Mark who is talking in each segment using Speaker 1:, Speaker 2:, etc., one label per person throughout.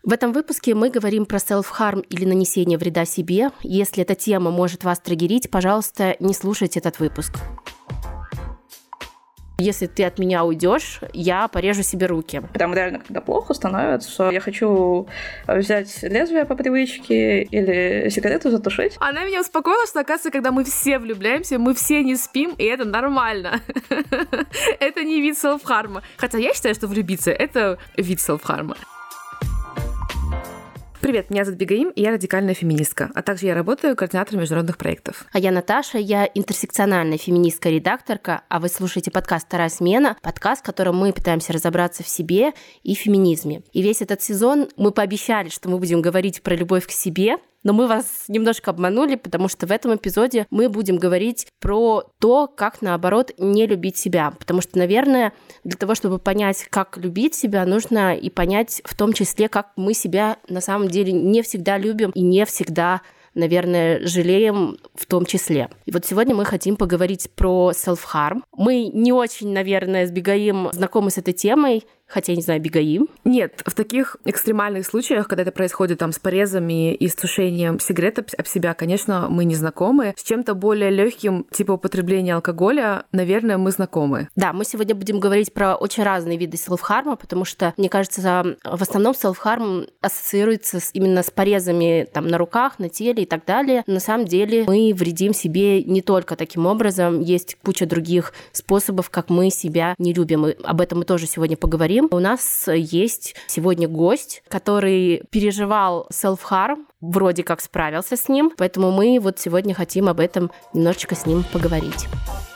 Speaker 1: В этом выпуске мы говорим про self-harm или нанесение вреда себе. Если эта тема может вас триггерить, пожалуйста, не слушайте этот выпуск. Если ты от меня уйдешь, я порежу себе руки.
Speaker 2: Прям реально, когда плохо становится, я хочу взять лезвие по привычке или сигарету затушить.
Speaker 3: Она меня успокоила, что, оказывается, когда мы все влюбляемся, мы все не спим, и это нормально. Это не вид селф-харма. Хотя я считаю, что влюбиться — это вид селф-харма. Привет, меня зовут Бигаим, и я радикальная феминистка, а также я работаю координатором международных проектов.
Speaker 1: А я Наташа, я интерсекциональная феминистка-редакторка, а вы слушаете подкаст «Вторая смена», подкаст, в котором мы пытаемся разобраться в себе и феминизме. И весь этот сезон мы пообещали, что мы будем говорить про любовь к себе, но мы вас немножко обманули, потому что в этом эпизоде мы будем говорить про то, как, наоборот, не любить себя. Потому что, наверное, для того, чтобы понять, как любить себя, нужно и понять в том числе, как мы себя на самом деле не всегда любим и не всегда, наверное, жалеем в том числе. И вот сегодня мы хотим поговорить про self-harm. Мы не очень, наверное, с Бигаим знакомы с этой темой, хотя я не знаю, Бигаим.
Speaker 3: Нет, в таких экстремальных случаях, когда это происходит там с порезами и с тушением сигарет об себя, конечно, мы не знакомы. С чем-то более легким, типа употребления алкоголя, наверное, мы знакомы.
Speaker 1: Да, мы сегодня будем говорить про очень разные виды селф-харма, потому что, мне кажется, в основном селф-харм ассоциируется именно с порезами там, на руках, на теле и так далее. Но на самом деле мы вредим себе не только таким образом. Есть куча других способов, как мы себя не любим. И об этом мы тоже сегодня поговорим. У нас есть сегодня гость, который переживал self-harm, вроде как справился с ним, поэтому мы вот сегодня хотим об этом немножечко с ним поговорить.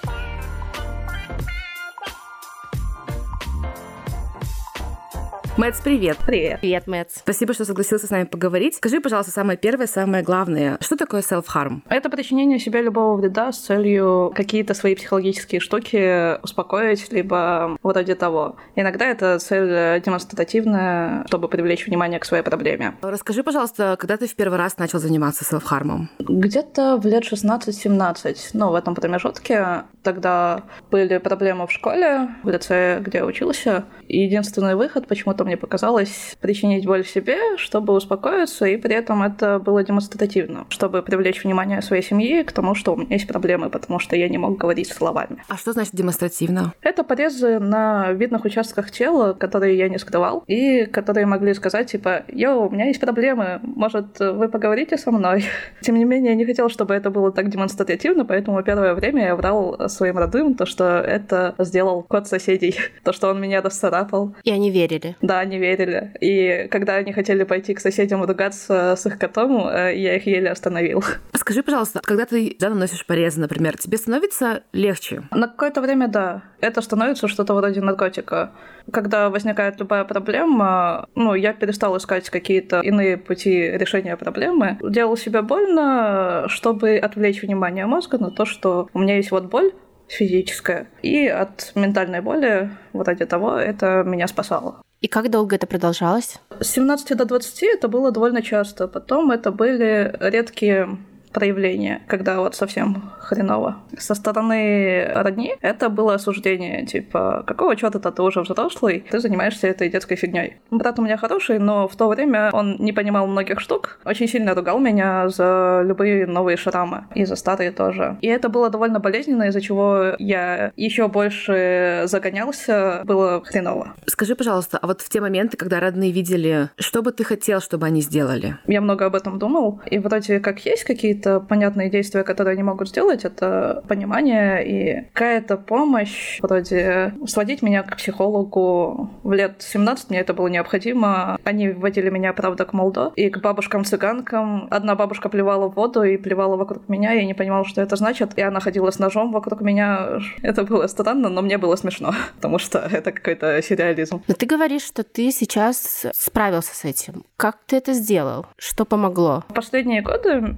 Speaker 3: Мэтс, привет.
Speaker 2: Привет.
Speaker 1: Привет, Мэтс.
Speaker 3: Спасибо, что согласился с нами поговорить. Скажи, пожалуйста, самое первое, самое главное. Что такое self-harm?
Speaker 2: Это причинение себе любого вреда с целью какие-то свои психологические штуки успокоить, либо вроде того. Иногда это цель демонстративная, чтобы привлечь внимание к своей проблеме.
Speaker 3: Расскажи, пожалуйста, когда ты в первый раз начал заниматься self-harm'ом?
Speaker 2: Где-то в лет 16-17, в этом промежутке. Тогда были проблемы в школе, в лицее, где я учился. И единственный выход почему-то мне показалось причинить боль себе, чтобы успокоиться, и при этом это было демонстративно, чтобы привлечь внимание своей семьи к тому, что у меня есть проблемы, потому что я не мог говорить словами.
Speaker 3: А что значит демонстративно?
Speaker 2: Это порезы на видных участках тела, которые я не скрывал, и которые могли сказать, типа, «Йоу, у меня есть проблемы, может, вы поговорите со мной?» Тем не менее, я не хотел, чтобы это было так демонстративно, поэтому первое время я врал своим родным, то, что это сделал кот соседей, то, что он меня расцарапал.
Speaker 1: И они верили.
Speaker 2: Да, они верили. И когда они хотели пойти к соседям ругаться с их котом, я их еле остановил.
Speaker 3: Скажи, пожалуйста, когда ты наносишь порезы, например, тебе становится легче?
Speaker 2: На какое-то время, да. Это становится что-то вроде наркотика. Когда возникает любая проблема, я перестал искать какие-то иные пути решения проблемы. Делал себе больно, чтобы отвлечь внимание мозга на то, что у меня есть вот боль физическая, и от ментальной боли, вроде того, это меня спасало.
Speaker 1: И как долго это продолжалось?
Speaker 2: С 17 до 20 это было довольно часто. Потом это были редкие проявления, когда вот совсем хреново. Со стороны родни это было осуждение, типа, какого чёрта ты уже взрослый, ты занимаешься этой детской фигней. Брат у меня хороший, но в то время он не понимал многих штук, очень сильно ругал меня за любые новые шрамы, и за старые тоже. И это было довольно болезненно, из-за чего я еще больше загонялся, было хреново.
Speaker 3: Скажи, пожалуйста, а вот в те моменты, когда родные видели, что бы ты хотел, чтобы они сделали?
Speaker 2: Я много об этом думал, и вроде как есть какие-то понятные действия, которые они могут сделать, это понимание и какая-то помощь, вроде сводить меня к психологу. В лет 17 мне это было необходимо. Они вводили меня, правда, к молдо и к бабушкам-цыганкам. Одна бабушка плевала в воду и плевала вокруг меня, я не понимала, что это значит, и она ходила с ножом вокруг меня. Это было странно, но мне было смешно, потому что это какой-то сюрреализм.
Speaker 1: Но ты говоришь, что ты сейчас справился с этим. Как ты это сделал? Что помогло?
Speaker 2: В последние годы из-за того,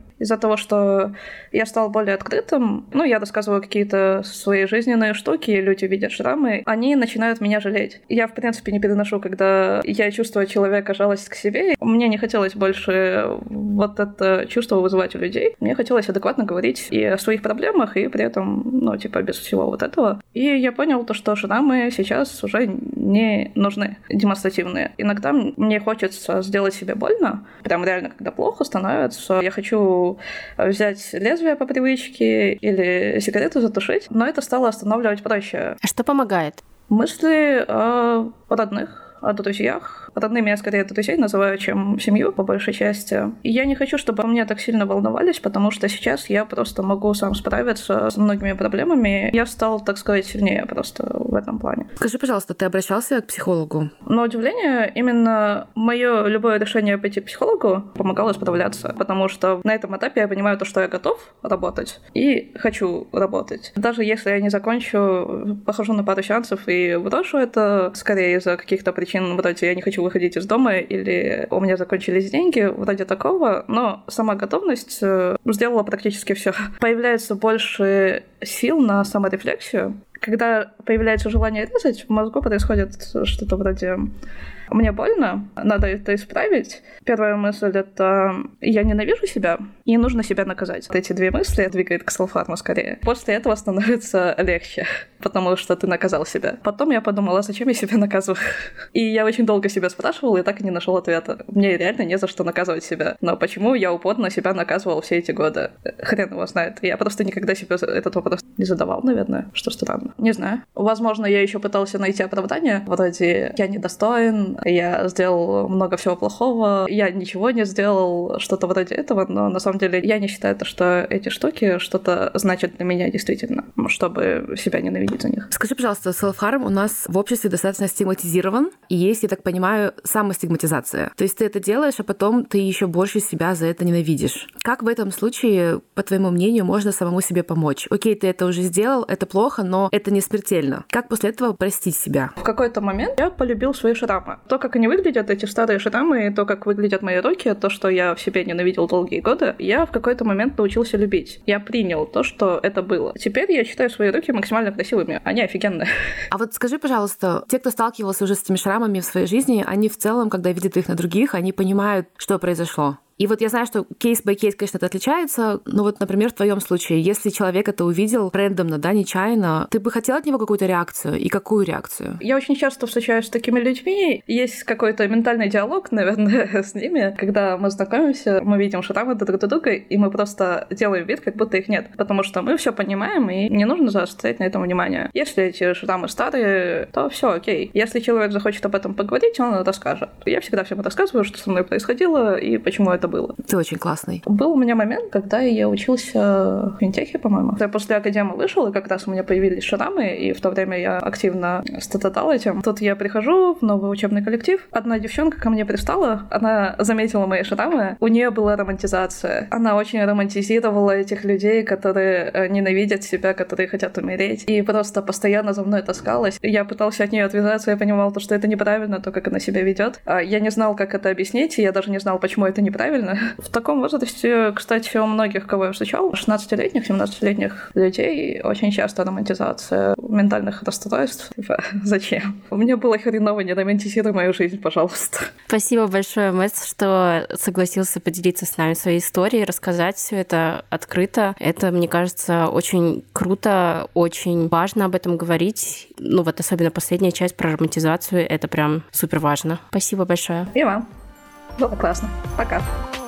Speaker 2: того, что я стал более открытым, я рассказываю какие-то свои жизненные штуки, и люди видят шрамы, они начинают меня жалеть. Я, в принципе, не переношу, когда я чувствую от человека жалость к себе. Мне не хотелось больше вот это чувство вызывать у людей. Мне хотелось адекватно говорить и о своих проблемах, и при этом, без всего вот этого. И я понял то, что шрамы сейчас уже не нужны, демонстративные. Иногда мне хочется сделать себе больно, прям реально, когда плохо становится. Я хочу взять лезвие по привычке или сигарету затушить, но это стало останавливать проще.
Speaker 1: А что помогает?
Speaker 2: Мысли о родных, о друзьях. Родными я скорее друзей называю, чем семью, по большей части. И я не хочу, чтобы мне так сильно волновались, потому что сейчас я просто могу сам справиться с многими проблемами. Я стал, так сказать, сильнее просто в этом плане.
Speaker 3: Скажи, пожалуйста, ты обращался к психологу?
Speaker 2: На удивление, именно мое любое решение пойти к психологу помогало справляться, потому что на этом этапе я понимаю то, что я готов работать и хочу работать. Даже если я не закончу, похожу на пару сеансов и брошу это, скорее из-за каких-то причин, вроде я не хочу выходить из дома или у меня закончились деньги, вроде такого, но сама готовность сделала практически все. Появляется больше сил на саморефлексию. Когда появляется желание резать, в мозгу происходит что-то вроде «мне больно, надо это исправить». Первая мысль — это «я ненавижу себя, и нужно себя наказать». Эти две мысли двигают к селф-харму скорее. После этого становится легче, потому что ты наказал себя. Потом я подумала, зачем я себя наказываю? И я очень долго себя спрашивала, и так и не нашел ответа. Мне реально не за что наказывать себя. Но почему я упорно себя наказывал все эти годы? Хрен его знает. Я просто никогда себе этот вопрос не задавал, наверное, что странно. Не знаю. Возможно, я еще пытался найти оправдание. Вроде «я недостоин», «я сделал много всего плохого», «я ничего не сделал», что-то вроде этого. Но на самом деле я не считаю, что эти штуки что-то значат для меня действительно, чтобы себя ненавидеть за них.
Speaker 3: Скажи, пожалуйста, селф-харм у нас в обществе достаточно стигматизирован, и есть, я так понимаю, самостигматизация. То есть ты это делаешь, а потом ты еще больше себя за это ненавидишь. Как в этом случае, по твоему мнению, можно самому себе помочь? Окей, ты это уже сделал, это плохо, но это не смертельно. Как после этого простить себя?
Speaker 2: В какой-то момент я полюбил свои шрамы. То, как они выглядят, эти старые шрамы, то, как выглядят мои руки, то, что я в себе ненавидел долгие годы, я в какой-то момент научился любить. Я принял то, что это было. Теперь я считаю свои руки максимально красивыми. Они офигенные.
Speaker 3: А вот скажи, пожалуйста, те, кто сталкивался уже с этими шрамами в своей жизни, они в целом, когда видят их на других, они понимают, что произошло? И вот я знаю, что кейс-бай-кейс, конечно, это отличается, но вот, например, в твоем случае, если человек это увидел рандомно, нечаянно, ты бы хотел от него какую-то реакцию? И какую реакцию?
Speaker 2: Я очень часто встречаюсь с такими людьми. Есть какой-то ментальный диалог, наверное, с ними. Когда мы знакомимся, мы видим шрамы друг друга, и мы просто делаем вид, как будто их нет. Потому что мы все понимаем, и не нужно заострять на этом внимание. Если эти шрамы старые, то все окей. Если человек захочет об этом поговорить, он расскажет. Я всегда всем рассказываю, что со мной происходило и почему это было.
Speaker 3: Ты очень классный.
Speaker 2: Был у меня момент, когда я учился в финтехе, по-моему. Я после академии вышел, и как раз у меня появились шрамы, и в то время я активно страдал этим. Тут я прихожу в новый учебный коллектив. Одна девчонка ко мне пристала, она заметила мои шрамы. У нее была романтизация. Она очень романтизировала этих людей, которые ненавидят себя, которые хотят умереть. И просто постоянно за мной таскалась. Я пытался от нее отвязаться, я понимал, что это неправильно, то, как она себя ведет. Я не знал, как это объяснить, и я даже не знал, почему это неправильно. В таком возрасте, кстати, у многих, кого я встречал, 16-летних, 17-летних людей, очень часто романтизация ментальных расстройств. Зачем? У меня было хреново, не романтизируй мою жизнь, пожалуйста.
Speaker 1: Спасибо большое, Мэтс, что согласился поделиться с нами своей историей, рассказать все это открыто. Это, мне кажется, очень круто, очень важно об этом говорить. Вот особенно последняя часть про романтизацию, это прям супер важно. Спасибо большое.
Speaker 2: И вам. Было классно. Пока.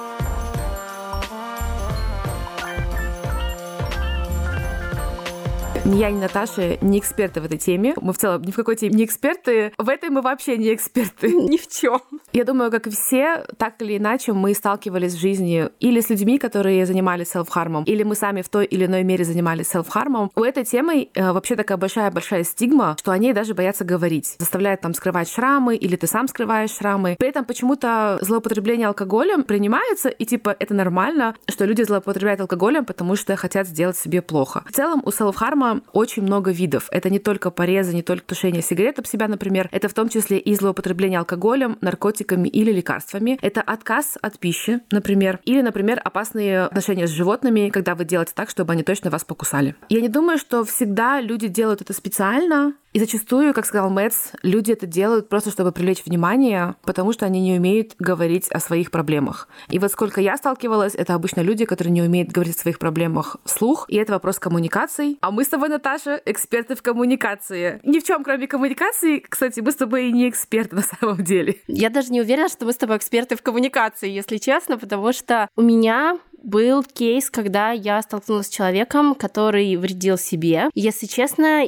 Speaker 3: Ни я, ни Наташа не эксперты в этой теме. Мы в целом ни в какой теме не эксперты. В этой мы вообще не эксперты. Ни в чем. Я думаю, как и все, так или иначе мы сталкивались в жизни или с людьми, которые занимались селф-хармом, или мы сами в той или иной мере занимались селф-хармом. У этой темы вообще такая большая-большая стигма, что о ней даже боятся говорить. Заставляют там скрывать шрамы, или ты сам скрываешь шрамы. При этом почему-то злоупотребление алкоголем принимается, и это нормально, что люди злоупотребляют алкоголем, потому что хотят сделать себе плохо. В целом у селф-харма салфарма очень много видов. Это не только порезы, не только тушение сигарет об себя, например. Это в том числе и злоупотребление алкоголем, наркотиками или лекарствами. Это отказ от пищи, например. Или, например, опасные отношения с животными, когда вы делаете так, чтобы они точно вас покусали. Я не думаю, что всегда люди делают это специально. И зачастую, как сказал Мэтс, люди это делают просто, чтобы привлечь внимание, потому что они не умеют говорить о своих проблемах. И вот сколько я сталкивалась, это обычно люди, которые не умеют говорить о своих проблемах вслух. И это вопрос коммуникаций. А мы с тобой, Наташа, эксперты в коммуникации. Ни в чем, кроме коммуникации, кстати, мы с тобой и не эксперты на самом деле.
Speaker 1: Я даже не уверена, что мы с тобой эксперты в коммуникации, если честно, потому что у меня был кейс, когда я столкнулась с человеком, который вредил себе. Если честно,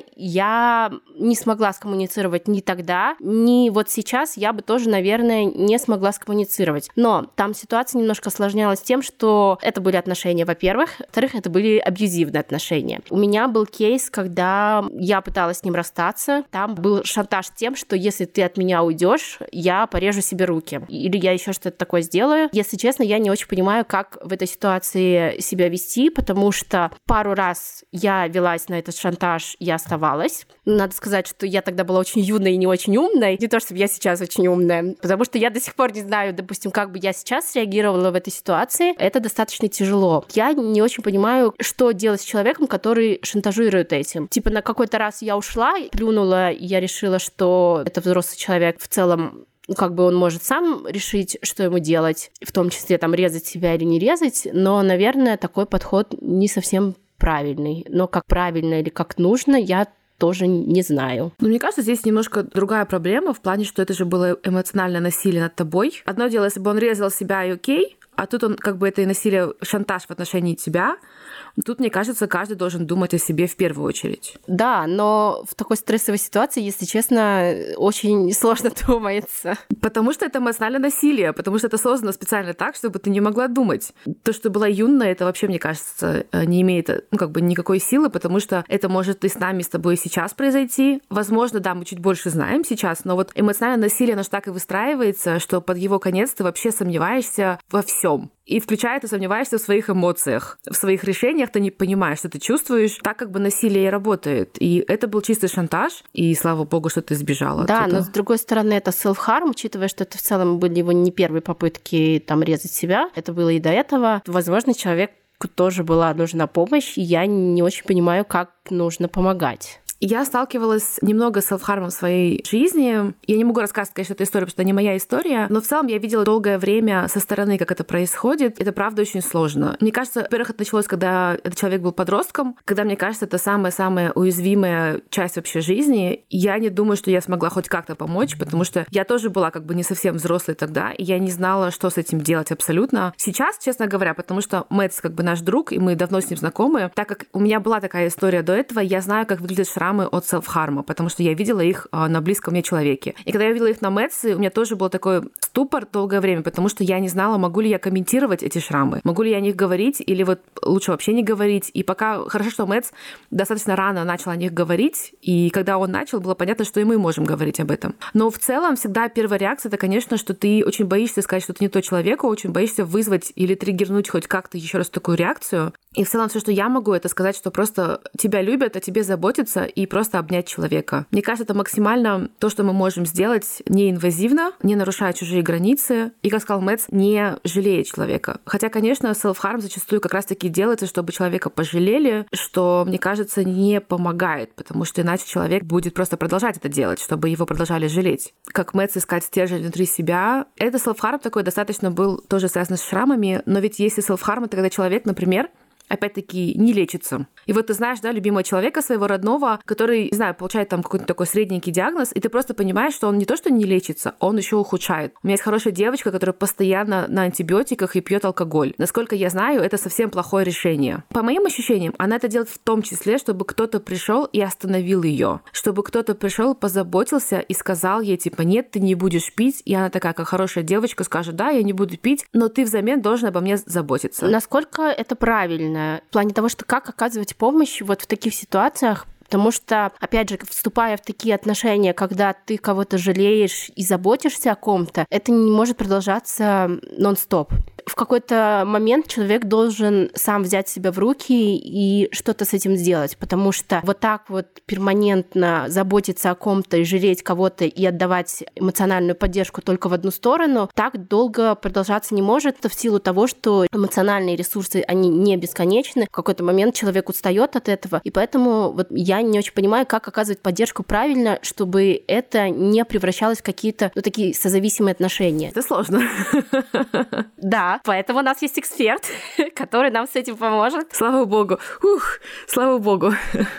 Speaker 1: я не смогла скоммуницировать ни тогда, ни вот сейчас я бы тоже, наверное, не смогла скоммуницировать. Но там ситуация немножко осложнялась тем, что это были отношения, во-первых. Во-вторых, это были абьюзивные отношения. У меня был кейс, когда я пыталась с ним расстаться. Там был шантаж тем, что если ты от меня уйдешь, я порежу себе руки. Или я еще что-то такое сделаю. Если честно, я не очень понимаю, как в этой ситуации себя вести, потому что пару раз я велась на этот шантаж и оставалась. Надо сказать, что я тогда была очень юной и не очень умной. Не то, чтобы я сейчас очень умная, потому что я до сих пор не знаю, допустим, как бы я сейчас реагировала в этой ситуации. Это достаточно тяжело. Я не очень понимаю, что делать с человеком, который шантажирует этим. Типа на какой-то раз я ушла, плюнула, и я решила, что это взрослый человек в целом, как бы он может сам решить, что ему делать, в том числе там резать себя или не резать, но, наверное, такой подход не совсем правильный. Но как правильно или как нужно, я тоже не знаю.
Speaker 3: Но мне кажется, здесь немножко другая проблема в плане, что это же было эмоциональное насилие над тобой. Одно дело, если бы он резал себя, и окей, а тут он как бы это и насилие, шантаж в отношении тебя. Тут, мне кажется, каждый должен думать о себе в первую очередь.
Speaker 1: Да, но в такой стрессовой ситуации, если честно, очень сложно думается.
Speaker 3: Потому что это эмоциональное насилие, потому что это создано специально так, чтобы ты не могла думать. То, что была юная, это вообще, мне кажется, не имеет никакой силы, потому что это может и с нами, с тобой сейчас произойти. Возможно, да, мы чуть больше знаем сейчас, но вот эмоциональное насилие, оно же так и выстраивается, что под его конец ты вообще сомневаешься во всем. И включая, ты сомневаешься в своих эмоциях, в своих решениях, ты не понимаешь, что ты чувствуешь. Так как бы насилие и работает. И это был чистый шантаж, и слава богу, что ты сбежала.
Speaker 1: Да, но с другой стороны, это self-harm, учитывая, что это в целом были его не первые попытки там резать себя. Это было и до этого. Возможно, человеку тоже была нужна помощь, и я не очень понимаю, как нужно помогать.
Speaker 3: Я сталкивалась немного с селф-хармом в своей жизни. Я не могу рассказывать, конечно, эту историю, потому что это не моя история, но в целом я видела долгое время со стороны, как это происходит. Это правда очень сложно. Мне кажется, во-первых, это началось, когда этот человек был подростком, когда, мне кажется, это самая-самая уязвимая часть вообще жизни. Я не думаю, что я смогла хоть как-то помочь, потому что я тоже была как бы не совсем взрослой тогда, и я не знала, что с этим делать абсолютно. Сейчас, честно говоря, потому что Мэтс как бы наш друг, и мы давно с ним знакомы, так как у меня была такая история до этого, я знаю, как выглядят шрамы от селф-харма, потому что я видела их на близком мне человеке. И когда я видела их на Мэтсе, у меня тоже был такой ступор долгое время, потому что я не знала, могу ли я комментировать эти шрамы, могу ли я о них говорить, или вот лучше вообще не говорить. И пока хорошо, что Мэтс достаточно рано начал о них говорить, и когда он начал, было понятно, что и мы можем говорить об этом. Но в целом всегда первая реакция — это, конечно, что ты очень боишься сказать что-то не то человеку, очень боишься вызвать или триггернуть хоть как-то еще раз такую реакцию. И в целом все, что я могу, это сказать, что просто тебя любят, о тебе заботятся, и просто обнять человека. Мне кажется, это максимально то, что мы можем сделать неинвазивно, не нарушая чужие границы, и, как сказал Мэтс, не жалея человека. Хотя, конечно, self-harm зачастую как раз-таки делается, чтобы человека пожалели, что, мне кажется, не помогает, потому что иначе человек будет просто продолжать это делать, чтобы его продолжали жалеть. Как Мэтс искать стержень внутри себя. Это self-harm такой достаточно был тоже связан с шрамами, но ведь если self-harm, это когда человек, например, опять-таки, не лечится. И вот ты знаешь, да, любимого человека своего родного, который, не знаю, получает там какой-то такой средненький диагноз, и ты просто понимаешь, что он не то что не лечится, он еще ухудшает. У меня есть хорошая девочка, которая постоянно на антибиотиках и пьет алкоголь. Насколько я знаю, это совсем плохое решение. По моим ощущениям, она это делает в том числе, чтобы кто-то пришел и остановил ее, чтобы кто-то пришел, позаботился и сказал ей, типа, нет, ты не будешь пить, и она такая, как хорошая девочка, скажет, да, я не буду пить, но ты взамен должен обо мне заботиться.
Speaker 1: Насколько это правильно? В плане того, что как оказывать помощь вот в таких ситуациях, потому что, опять же, вступая в такие отношения, когда ты кого-то жалеешь и заботишься о ком-то, это не может продолжаться нон-стоп. в какой-то момент человек должен сам взять себя в руки и что-то с этим сделать, потому что вот так вот перманентно заботиться о ком-то и жалеть кого-то и отдавать эмоциональную поддержку только в одну сторону, так долго продолжаться не может в силу того, что эмоциональные ресурсы, они не бесконечны. В какой-то момент человек устает от этого, и поэтому вот я не очень понимаю, как оказывать поддержку правильно, чтобы это не превращалось в какие-то такие созависимые отношения.
Speaker 3: Это сложно.
Speaker 1: Да, поэтому у нас есть эксперт, который нам с этим поможет.
Speaker 3: Слава богу. Слава богу.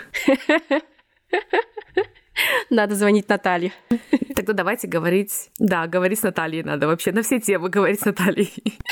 Speaker 1: Надо звонить Наталье.
Speaker 3: Тогда давайте говорить... Да, говорить с Натальей надо вообще. На все темы говорить с Натальей.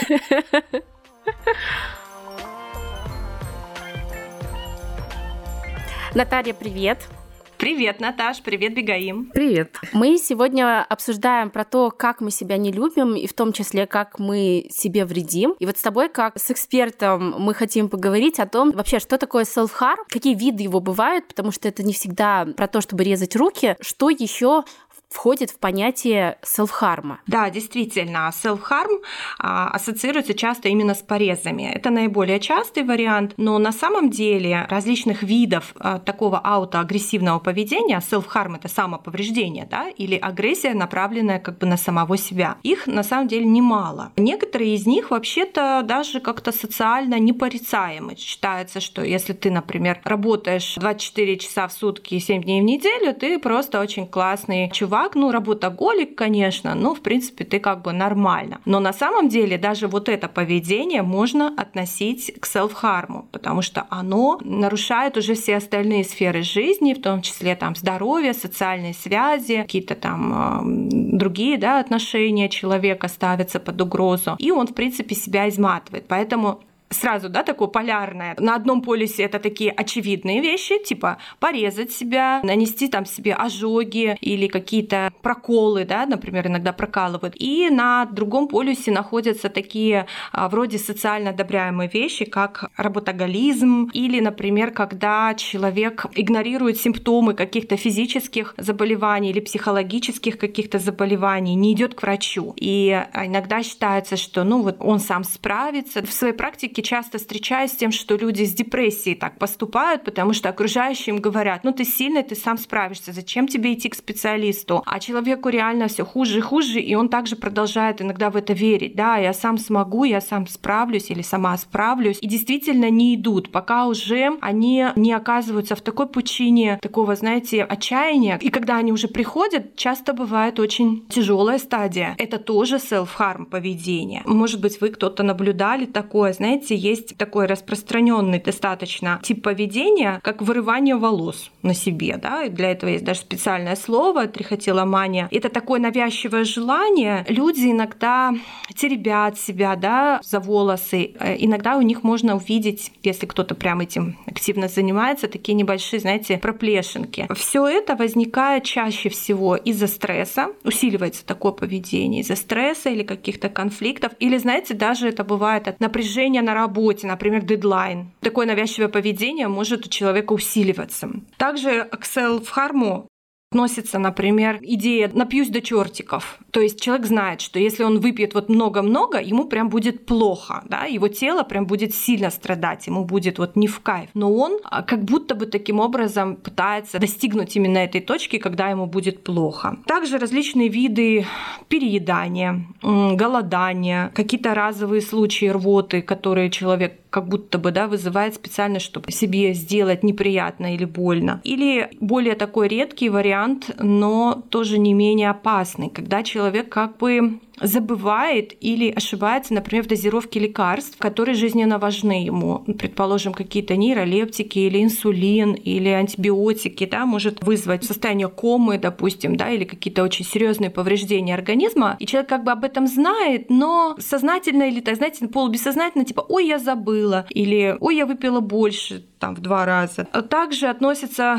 Speaker 1: Наталья, привет.
Speaker 4: Привет, Наташ, привет, Бегаим.
Speaker 3: Привет.
Speaker 1: Мы сегодня обсуждаем про то, как мы себя не любим, и в том числе, как мы себе вредим. И вот с тобой, как с экспертом, мы хотим поговорить о том, вообще, что такое self-harm, какие виды его бывают, потому что это не всегда про то, чтобы резать руки, что еще входит в понятие self-harm.
Speaker 4: Да, действительно, self-harm ассоциируется часто именно с порезами. Это наиболее частый вариант, но на самом деле различных видов такого аутоагрессивного поведения, self-harm — это самоповреждение, да, или агрессия, направленная как бы на самого себя. Их на самом деле немало. Некоторые из них вообще-то даже как-то социально непорицаемы. Считается, что если ты, например, работаешь 24 часа в сутки, 7 дней в неделю, ты просто очень классный чувак, работоголик, конечно, но в принципе ты как бы нормально. Но на самом деле даже вот это поведение можно относить к self-harm, потому что оно нарушает уже все остальные сферы жизни, в том числе там здоровье, социальные связи, какие-то там другие, да, отношения человека ставятся под угрозу, и он в принципе себя изматывает. Поэтому сразу, да, такое полярное. На одном полюсе это такие очевидные вещи, типа порезать себя, нанести там себе ожоги или какие-то проколы, да, например, иногда прокалывают. И на другом полюсе находятся такие вроде социально одобряемые вещи, как работоголизм или, например, когда человек игнорирует симптомы каких-то физических заболеваний или психологических каких-то заболеваний, не идет к врачу. И иногда считается, что вот он сам справится. В своей практике часто встречаюсь с тем, что люди с депрессией так поступают, потому что окружающие им говорят: ты сильный, ты сам справишься, зачем тебе идти к специалисту? А человеку реально все хуже и хуже, и он также продолжает иногда в это верить. Да, я сам смогу, я сам справлюсь или сама справлюсь. И действительно не идут, пока уже они не оказываются в такой пучине такого, знаете, отчаяния. И когда они уже приходят, часто бывает очень тяжелая стадия. Это тоже self-harm поведение. Может быть, вы кто-то наблюдали такое, знаете, есть такой распространенный достаточно тип поведения, как вырывание волос на себе, да, и для этого есть даже специальное слово — трихотиломания. Это такое навязчивое желание. Люди иногда теребят себя, да, за волосы. Иногда у них можно увидеть, если кто-то прям этим активно занимается, такие небольшие, знаете, проплешинки. Все это возникает чаще всего из-за стресса, усиливается такое поведение из-за стресса или каких-то конфликтов, или, знаете, даже это бывает от напряжения на работе, например, дедлайн. Такое навязчивое поведение может у человека усиливаться. Также к self-harm относится, например, идея «напьюсь до чертиков». То есть человек знает, что если он выпьет много-много, ему прям будет плохо, да? Его тело прям будет сильно страдать, ему будет не в кайф. Но он как будто бы таким образом пытается достигнуть именно этой точки, когда ему будет плохо. Также различные виды переедания, голодания, какие-то разовые случаи рвоты, которые человек как будто бы, да, вызывает специально, чтобы себе сделать неприятно или больно. Или более такой редкий вариант, но тоже не менее опасный, когда человек как бы забывает или ошибается, например, в дозировке лекарств, которые жизненно важны ему. Предположим, какие-то нейролептики или инсулин, или антибиотики, да, может вызвать состояние комы, допустим, да, или какие-то очень серьезные повреждения организма. И человек как бы об этом знает, но сознательно или, так, знаете, полубессознательно, типа: ой, я забыла, или ой, я выпила больше, там, в 2 раза. Также относится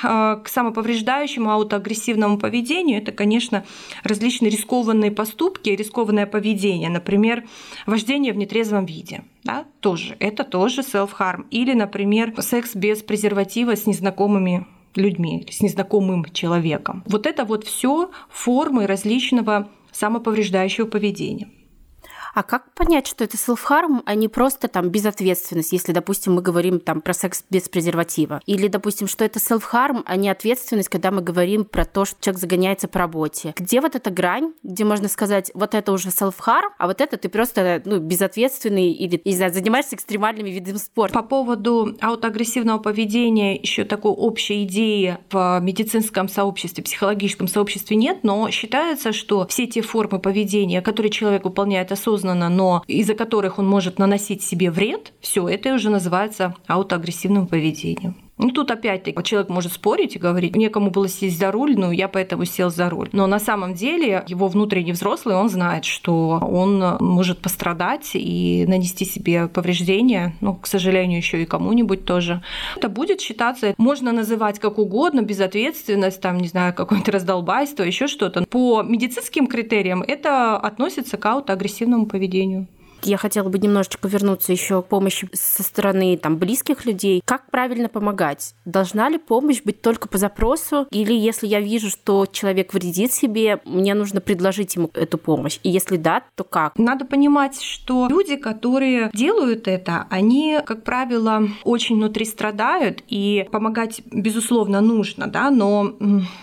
Speaker 4: к самоповреждающему аутоагрессивному поведению. Это, конечно, различные рискованные поступки, рискованное поведение. Например, вождение в нетрезвом виде. Да? Это тоже self-harm. Или, например, секс без презерватива с незнакомыми людьми, с незнакомым человеком. Вот это все формы различного самоповреждающего поведения.
Speaker 1: А как понять, что это self-harm, а не просто там безответственность, если, допустим, мы говорим там про секс без презерватива? Или, допустим, что это self-harm, а не ответственность, когда мы говорим про то, что человек загоняется по работе? Где вот эта грань, где можно сказать, вот это уже self-harm, а вот это ты просто безответственный или, не знаю, занимаешься экстремальными видами спорта?
Speaker 4: По поводу аутоагрессивного поведения еще такой общей идеи в медицинском сообществе, психологическом сообществе нет, но считается, что все те формы поведения, которые человек выполняет осознанно, но из-за которых он может наносить себе вред, все это уже называется аутоагрессивным поведением. Тут опять-таки человек может спорить и говорить, некому было сесть за руль, я поэтому сел за руль. Но на самом деле его внутренний взрослый, он знает, что он может пострадать и нанести себе повреждения, к сожалению, еще и кому-нибудь тоже. Это будет считаться, можно называть как угодно, безответственность, какое-то раздолбайство, еще что-то. По медицинским критериям это относится к аутоагрессивному поведению.
Speaker 1: Я хотела бы немножечко вернуться еще к помощи со стороны близких людей. Как правильно помогать? Должна ли помощь быть только по запросу? Или если я вижу, что человек вредит себе, мне нужно предложить ему эту помощь? И если да, то как?
Speaker 4: Надо понимать, что люди, которые делают это, они, как правило, очень внутри страдают, и помогать, безусловно, нужно, но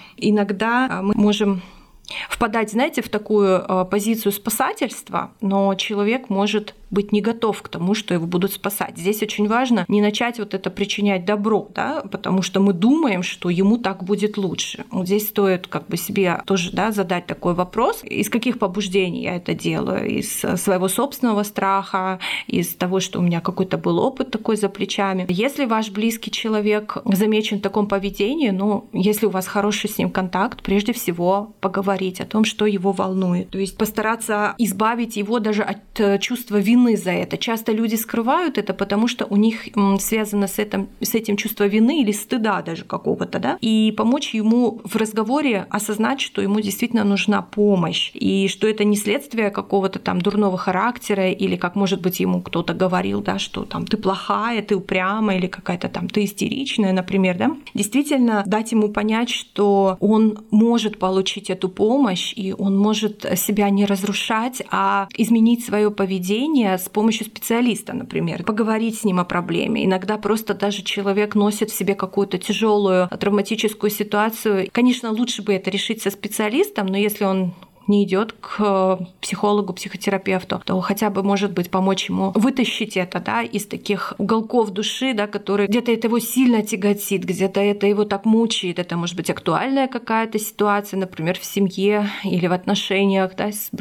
Speaker 4: иногда мы можем впадать, в такую позицию спасательства, но человек может быть не готов к тому, что его будут спасать. Здесь очень важно не начать это причинять добро, потому что мы думаем, что ему так будет лучше. Здесь стоит себе тоже задать такой вопрос, из каких побуждений я это делаю, из своего собственного страха, из того, что у меня какой-то был опыт такой за плечами. Если ваш близкий человек замечен в таком поведении, если у вас хороший с ним контакт, прежде всего поговорить о том, что его волнует. То есть постараться избавить его даже от чувства вины за это. Часто люди скрывают это, потому что у них связано с этим чувство вины или стыда даже какого-то, и помочь ему в разговоре осознать, что ему действительно нужна помощь, и что это не следствие какого-то дурного характера, или как, может быть, ему кто-то говорил, что ты плохая, ты упрямая, или какая-то ты истеричная, например, Действительно дать ему понять, что он может получить эту помощь, и он может себя не разрушать, а изменить свое поведение с помощью специалиста, например, поговорить с ним о проблеме. Иногда просто даже человек носит в себе какую-то тяжелую травматическую ситуацию. Конечно, лучше бы это решить со специалистом, но если он не идет к психологу, психотерапевту, то хотя бы, может быть, помочь ему вытащить это, из таких уголков души, которые где-то это его сильно тяготит, где-то это его так мучает. Это может быть актуальная какая-то ситуация, например, в семье или в отношениях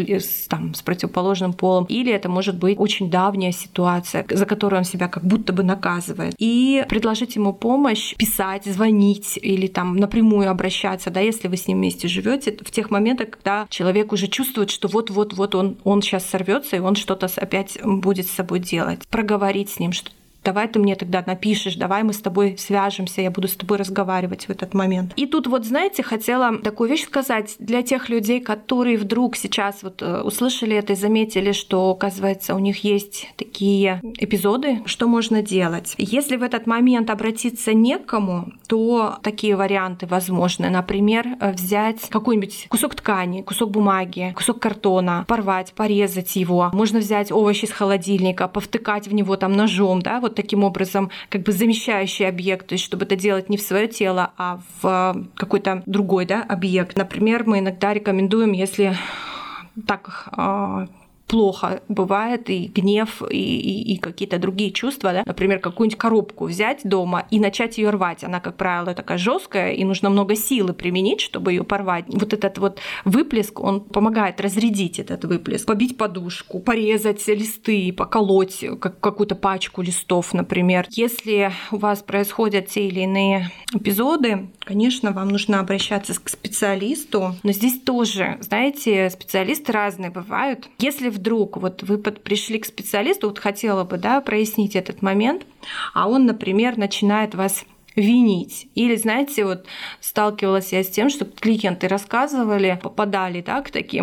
Speaker 4: с противоположным полом, или это может быть очень давняя ситуация, за которую он себя как будто бы наказывает. И предложить ему помощь, писать, звонить или напрямую обращаться, если вы с ним вместе живете, в тех моментах, когда человек уже чувствует, что вот он сейчас сорвется и он что-то опять будет с собой делать. Проговорить с ним, что давай ты мне тогда напишешь, давай мы с тобой свяжемся, я буду с тобой разговаривать в этот момент. И тут хотела такую вещь сказать для тех людей, которые вдруг сейчас услышали это и заметили, что, оказывается, у них есть такие эпизоды, что можно делать. Если в этот момент обратиться не к кому, то такие варианты возможны. Например, взять какой-нибудь кусок ткани, кусок бумаги, кусок картона, порвать, порезать его. Можно взять овощи из холодильника, повтыкать в него ножом, таким образом замещающий объект, то есть чтобы это делать не в свое тело, а в какой-то другой объект. Например, мы иногда рекомендуем, если так плохо бывает, и гнев, и какие-то другие чувства, например, какую-нибудь коробку взять дома и начать ее рвать. Она, как правило, такая жесткая, и нужно много силы применить, чтобы ее порвать. Этот выплеск, он помогает разрядить этот выплеск. Побить подушку, порезать листы, поколоть какую-то пачку листов, например. Если у вас происходят те или иные эпизоды, конечно, вам нужно обращаться к специалисту. Но здесь тоже, знаете, специалисты разные бывают. Если вдруг вы пришли к специалисту, хотела бы прояснить этот момент, а он, например, начинает вас винить. Или, знаете, сталкивалась я с тем, что клиенты рассказывали, попадали к таким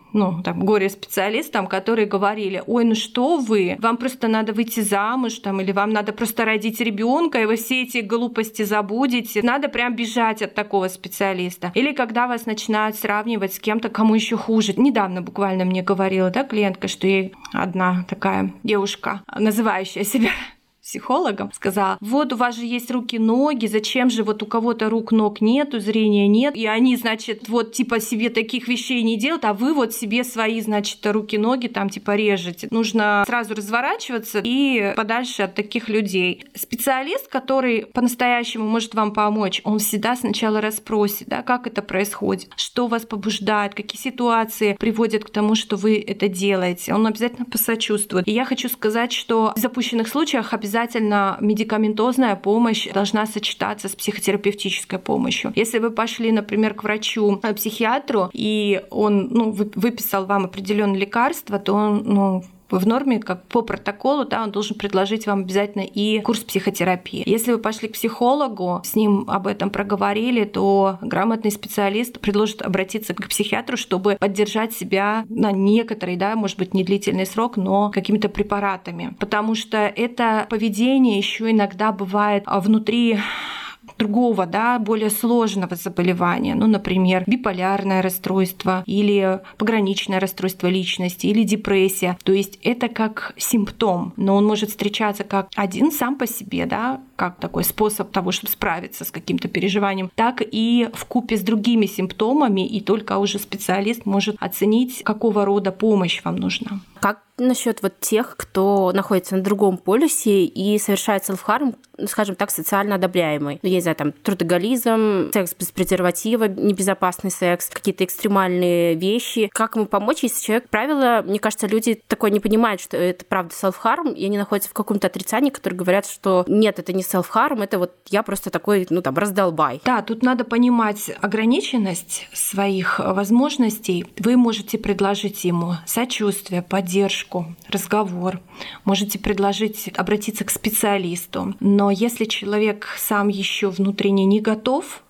Speaker 4: горе-специалистам, которые говорили: ой, ну что вы, вам просто надо выйти замуж, или вам надо просто родить ребенка, и вы все эти глупости забудете. Надо прям бежать от такого специалиста. Или когда вас начинают сравнивать с кем-то, кому еще хуже. Недавно буквально мне говорила, клиентка, что ей одна такая девушка, называющая себя психологом, сказала: вот у вас же есть руки-ноги, зачем же вот у кого-то рук-ног нету, зрения нет, и они, значит, себе таких вещей не делают, а вы себе свои, значит, руки-ноги режете. Нужно сразу разворачиваться и подальше от таких людей. Специалист, который по-настоящему может вам помочь, он всегда сначала расспросит, как это происходит, что вас побуждает, какие ситуации приводят к тому, что вы это делаете. Он обязательно посочувствует. И я хочу сказать, что в запущенных случаях обязательно медикаментозная помощь должна сочетаться с психотерапевтической помощью. Если вы пошли, например, к врачу-психиатру, и он выписал вам определенные лекарства, то он в норме, как по протоколу, он должен предложить вам обязательно и курс психотерапии. Если вы пошли к психологу, с ним об этом проговорили, то грамотный специалист предложит обратиться к психиатру, чтобы поддержать себя на некоторый, может быть, не длительный срок, но какими-то препаратами. Потому что это поведение еще иногда бывает внутри другого, более сложного заболевания, например, биполярное расстройство или пограничное расстройство личности или депрессия. То есть это как симптом, но он может встречаться как один сам по себе, как такой способ того, чтобы справиться с каким-то переживанием, так и вкупе с другими симптомами, и только уже специалист может оценить, какого рода помощь вам нужна.
Speaker 1: Как насчет тех, кто находится на другом полюсе и совершает селф-харм, скажем так, социально одобряемый? Я не знаю, трудоголизм, секс без презерватива, небезопасный секс, какие-то экстремальные вещи. Как ему помочь, если человек, правило, мне кажется, люди такое не понимают, что это правда селф-харм, и они находятся в каком-то отрицании, которые говорят, что нет, это не селф-харм, это я просто такой, раздолбай.
Speaker 4: Да, тут надо понимать ограниченность своих возможностей. Вы можете предложить ему сочувствие, поддержку, разговор. Можете предложить обратиться к специалисту. Но если человек сам еще внутренне не готов,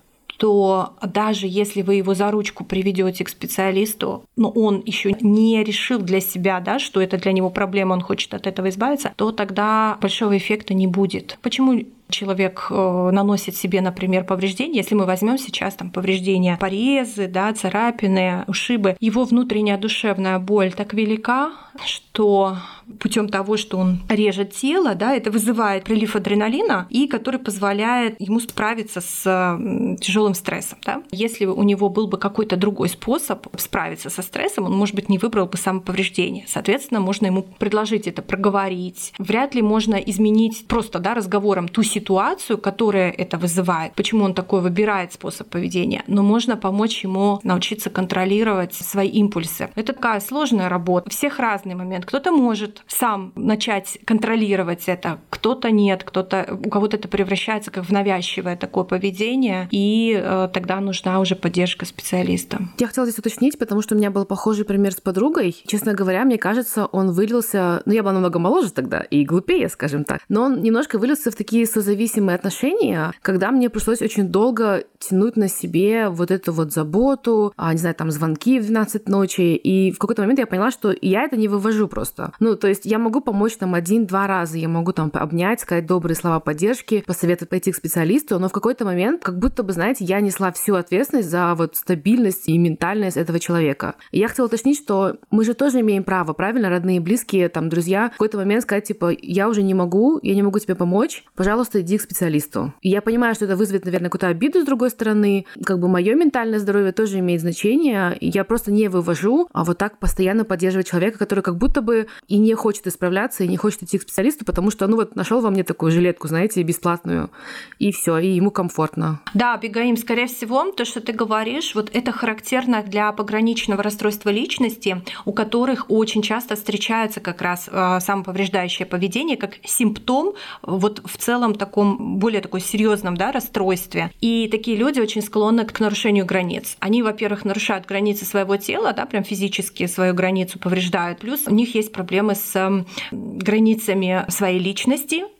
Speaker 4: то даже если вы его за ручку приведете к специалисту, но он еще не решил для себя, что это для него проблема, он хочет от этого избавиться, то тогда большого эффекта не будет. Почему человек наносит себе, например, повреждения, если мы возьмем сейчас повреждения, порезы, царапины, ушибы, его внутренняя душевная боль так велика, что путем того, что он режет тело, это вызывает прилив адреналина, и который позволяет ему справиться с тяжелым стрессом. Если у него был бы какой-то другой способ справиться со стрессом, он, может быть, не выбрал бы самоповреждение. Соответственно, можно ему предложить это, проговорить. Вряд ли можно изменить просто разговором ту ситуацию, которая это вызывает, почему он такой выбирает способ поведения, но можно помочь ему научиться контролировать свои импульсы. Это такая сложная работа. У всех разный момент. Кто-то может сам начать контролировать это, кто-то нет, у кого-то это превращается как в навязчивое такое поведение, и тогда нужна уже поддержка специалиста.
Speaker 3: Я хотела здесь уточнить, потому что у меня был похожий пример с подругой. Честно говоря, мне кажется, он вылился... я была намного моложе тогда и глупее, скажем так, но он немножко вылился в такие созависимые отношения, когда мне пришлось очень долго тянуть на себе эту заботу, звонки в 12 ночи, и в какой-то момент я поняла, что я это не вывожу просто. То есть я могу помочь 1-2 раза, я могу обнять, сказать добрые слова поддержки, посоветовать пойти к специалисту, но в какой-то момент как будто бы, я несла всю ответственность за стабильность и ментальность этого человека. И я хотела уточнить, что мы же тоже имеем право, правильно, родные и близкие, друзья, в какой-то момент сказать, я уже не могу тебе помочь, пожалуйста, иди к специалисту. И я понимаю, что это вызовет, наверное, какую-то обиду с другой стороны, мое ментальное здоровье тоже имеет значение, и я просто не вывожу, а так постоянно поддерживать человека, который как будто бы и не хочет исправляться, и не хочет идти к специалисту, потому что, нашел во мне такую жилетку, бесплатную, и все, и ему комфортно.
Speaker 4: Да, Абигаиль, скорее всего, то, что ты говоришь, это характерно для пограничного расстройства личности, у которых очень часто встречается как раз самоповреждающее поведение как симптом в целом таком более серьезном расстройстве. И такие люди очень склонны к нарушению границ. Они, во-первых, нарушают границы своего тела, прям физически свою границу повреждают. Плюс у них есть проблемы с границами своей личности,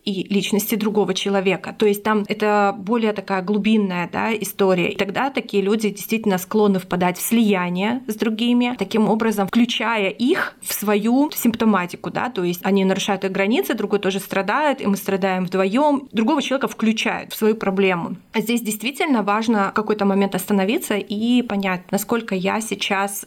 Speaker 4: и личности другого человека. То есть там это более такая глубинная, да, история. И тогда такие люди действительно склонны впадать в слияние с другими, таким образом включая их в свою симптоматику, да, то есть они нарушают их границы, другой тоже страдает, и мы страдаем вдвоем. Другого человека включают в свою проблему. А здесь действительно важно в какой-то момент остановиться и понять, насколько я сейчас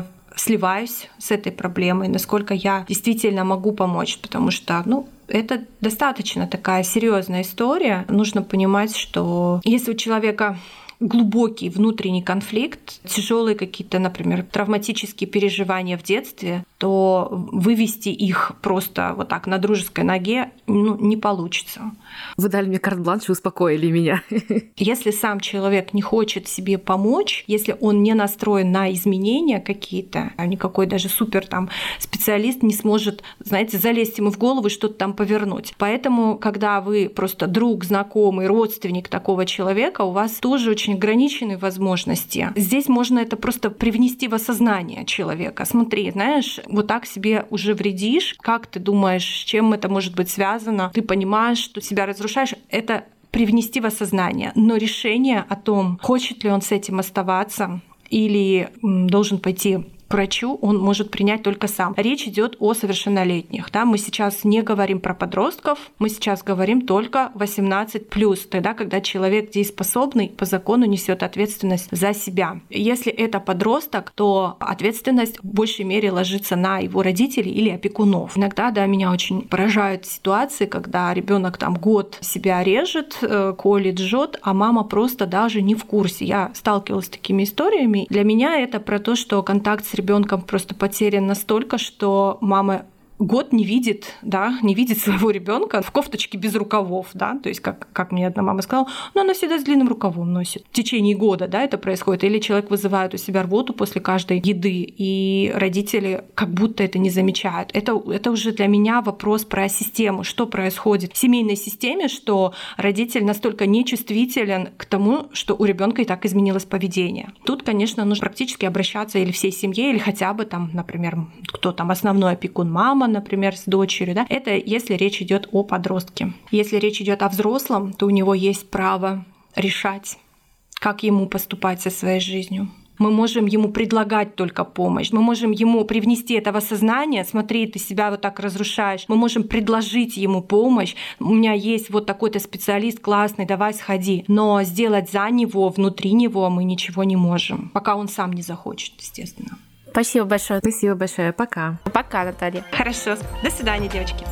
Speaker 4: сливаюсь с этой проблемой, насколько я действительно могу помочь, потому что, это достаточно такая серьезная история. Нужно понимать, что если у человека глубокий внутренний конфликт, тяжелые какие-то, например, травматические переживания в детстве, то вывести их просто вот так на дружеской ноге не получится.
Speaker 3: Вы дали мне карт-бланш и успокоили меня.
Speaker 4: Если сам человек не хочет себе помочь, если он не настроен на изменения какие-то, никакой даже супер специалист не сможет, знаете, залезть ему в голову и что-то там повернуть. Поэтому, когда вы просто друг, знакомый, родственник такого человека, у вас тоже очень ограниченные возможности. Здесь можно это просто привнести в осознание человека. Смотри, знаешь, вот так себе уже вредишь. Как ты думаешь, с чем это может быть связано? Ты понимаешь, что себя разрушаешь. Это привнести в осознание. Но решение о том, хочет ли он с этим оставаться или должен пойти к врачу, он может принять только сам. Речь идет о совершеннолетних. Да? Мы сейчас не говорим про подростков, мы сейчас говорим только 18+, тогда, когда человек дееспособный по закону несет ответственность за себя. Если это подросток, то ответственность в большей мере ложится на его родителей или опекунов. Иногда, меня очень поражают ситуации, когда ребенок год себя режет, колет, жжет, а мама просто даже не в курсе. Я сталкивалась с такими историями. Для меня это про то, что контакт с ребенком просто потерян настолько, что мама год не видит своего ребенка в кофточке без рукавов, да, то есть как мне одна мама сказала, она всегда с длинным рукавом носит. В течение года, это происходит. Или человек вызывает у себя рвоту после каждой еды, и родители как будто это не замечают. Это уже для меня вопрос про систему, что происходит в семейной системе, что родитель настолько нечувствителен к тому, что у ребенка и так изменилось поведение. Тут, конечно, нужно практически обращаться или всей семье, или хотя бы например, кто основной опекун, мама, например, с дочерью, да, это если речь идет о подростке. Если речь идет о взрослом, то у него есть право решать, как ему поступать со своей жизнью. Мы можем ему предлагать только помощь, мы можем ему привнести это в осознание, смотри, ты себя вот так разрушаешь, мы можем предложить ему помощь, у меня есть вот такой-то специалист классный, давай сходи, но сделать за него, внутри него мы ничего не можем, пока он сам не захочет, естественно.
Speaker 1: Спасибо большое.
Speaker 3: Спасибо большое. Пока.
Speaker 1: Пока, Наталья.
Speaker 4: Хорошо. До свидания, девочки.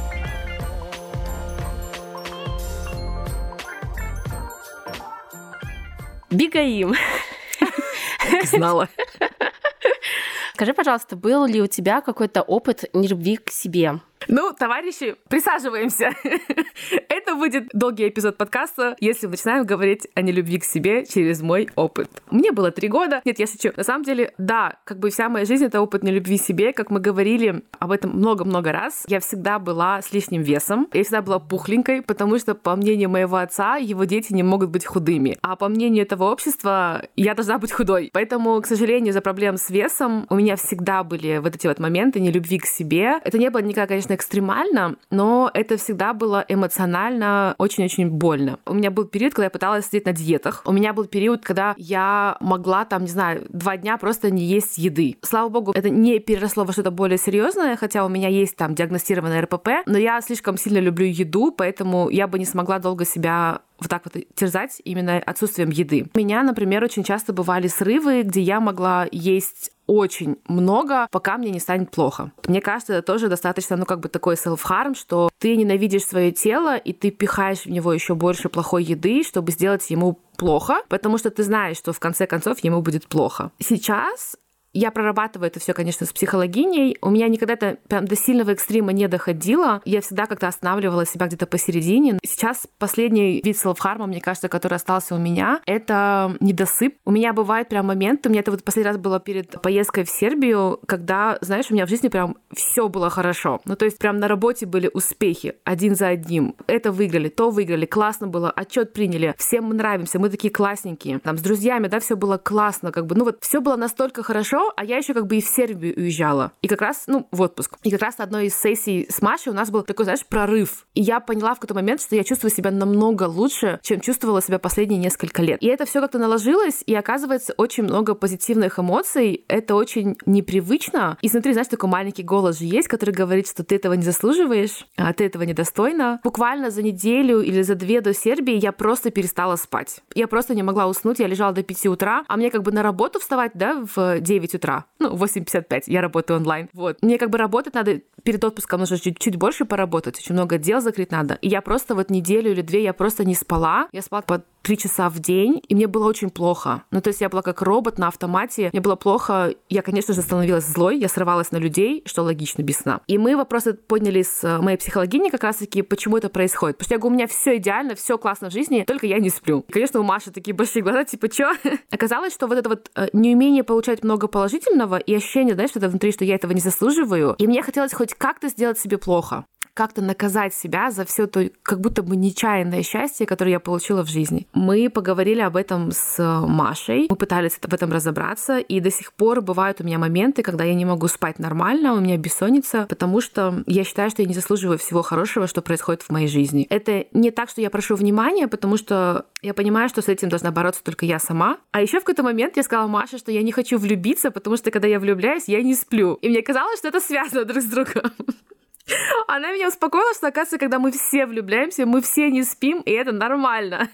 Speaker 1: Бигаим.
Speaker 3: Знала.
Speaker 1: Скажи, пожалуйста, был ли у тебя какой-то опыт нелюбви к себе?
Speaker 3: Товарищи, присаживаемся. Это будет долгий эпизод подкаста, если мы начинаем говорить о нелюбви к себе через мой опыт. Мне было 3 года. Нет, я шучу. На самом деле, да, вся моя жизнь — это опыт нелюбви к себе. Как мы говорили об этом много-много раз, я всегда была с лишним весом. Я всегда была пухленькой, потому что, по мнению моего отца, его дети не могут быть худыми. А по мнению этого общества, я должна быть худой. Поэтому, к сожалению, из-за проблем с весом у меня всегда были вот эти вот моменты нелюбви к себе. Это не было никак, конечно, экстремально, но это всегда было эмоционально очень-очень больно. У меня был период, когда я пыталась сидеть на диетах. У меня был период, когда я могла 2 дня просто не есть еды. Слава богу, это не переросло во что-то более серьезное, хотя у меня есть диагностированное РПП, но я слишком сильно люблю еду, поэтому я бы не смогла долго себя вот так вот терзать именно отсутствием еды. У меня, например, очень часто бывали срывы, где я могла есть очень много, пока мне не станет плохо. Мне кажется, это тоже достаточно, такой self-harm, что ты ненавидишь свое тело, и ты пихаешь в него еще больше плохой еды, чтобы сделать ему плохо, потому что ты знаешь, что в конце концов ему будет плохо. Сейчас я прорабатываю это все, конечно, с психологиней. У меня никогда это прям до сильного экстрима не доходило. Я всегда как-то останавливала себя где-то посередине. Сейчас последний вид селф-харма, мне кажется, который остался у меня, это недосып. У меня бывают прям моменты, у меня это последний раз было перед поездкой в Сербию, когда, знаешь, у меня в жизни прям все было хорошо. То есть прям на работе были успехи один за одним. Это выиграли, то выиграли, классно было, отчет приняли, всем мы нравимся, мы такие классненькие. С друзьями, все было классно, все было настолько хорошо, хорошо, а я еще как бы и в Сербию уезжала. И как раз, в отпуск. И как раз на одной из сессий с Машей у нас был такой, знаешь, прорыв. И я поняла в какой-то момент, что я чувствую себя намного лучше, чем чувствовала себя последние несколько лет. И это все как-то наложилось, и оказывается, очень много позитивных эмоций. Это очень непривычно. И смотри, знаешь, такой маленький голос же есть, который говорит, что ты этого не заслуживаешь, а ты этого недостойна. Буквально за неделю или за 2 до Сербии я просто перестала спать. Я просто не могла уснуть, я лежала до 5 утра, а мне как бы на работу вставать, в 9 утра. 8:55, я работаю онлайн. Вот. Мне как бы работать надо, перед отпуском нужно чуть больше поработать, очень много дел закрыть надо. И я просто неделю или 2 я просто не спала. Я спала по 3 часа в день, и мне было очень плохо. То есть я была как робот на автомате, мне было плохо. Я, конечно же, становилась злой, я срывалась на людей, что логично, без сна. И мы вопросы подняли с моей психологиней как раз-таки, почему это происходит. Потому что я говорю, у меня все идеально, все классно в жизни, только я не сплю. И, конечно, у Маши такие большие глаза, типа, чё? Оказалось, что это неумение получать много положительного и ощущение, знаешь, что-то внутри, что я этого не заслуживаю. И мне хотелось хоть как-то сделать себе плохо. Как-то наказать себя за все то, как будто бы нечаянное счастье, которое я получила в жизни. Мы поговорили об этом с Машей, мы пытались в этом разобраться, и до сих пор бывают у меня моменты, когда я не могу спать нормально, у меня бессонница, потому что я считаю, что я не заслуживаю всего хорошего, что происходит в моей жизни. Это не так, что я прошу внимания, потому что я понимаю, что с этим должна бороться только я сама. А еще в какой-то момент я сказала Маше, что я не хочу влюбиться, потому что когда я влюбляюсь, я не сплю. И мне казалось, что это связано друг с другом. Она меня успокоила, что, оказывается, когда мы все влюбляемся, мы все не спим, и это нормально.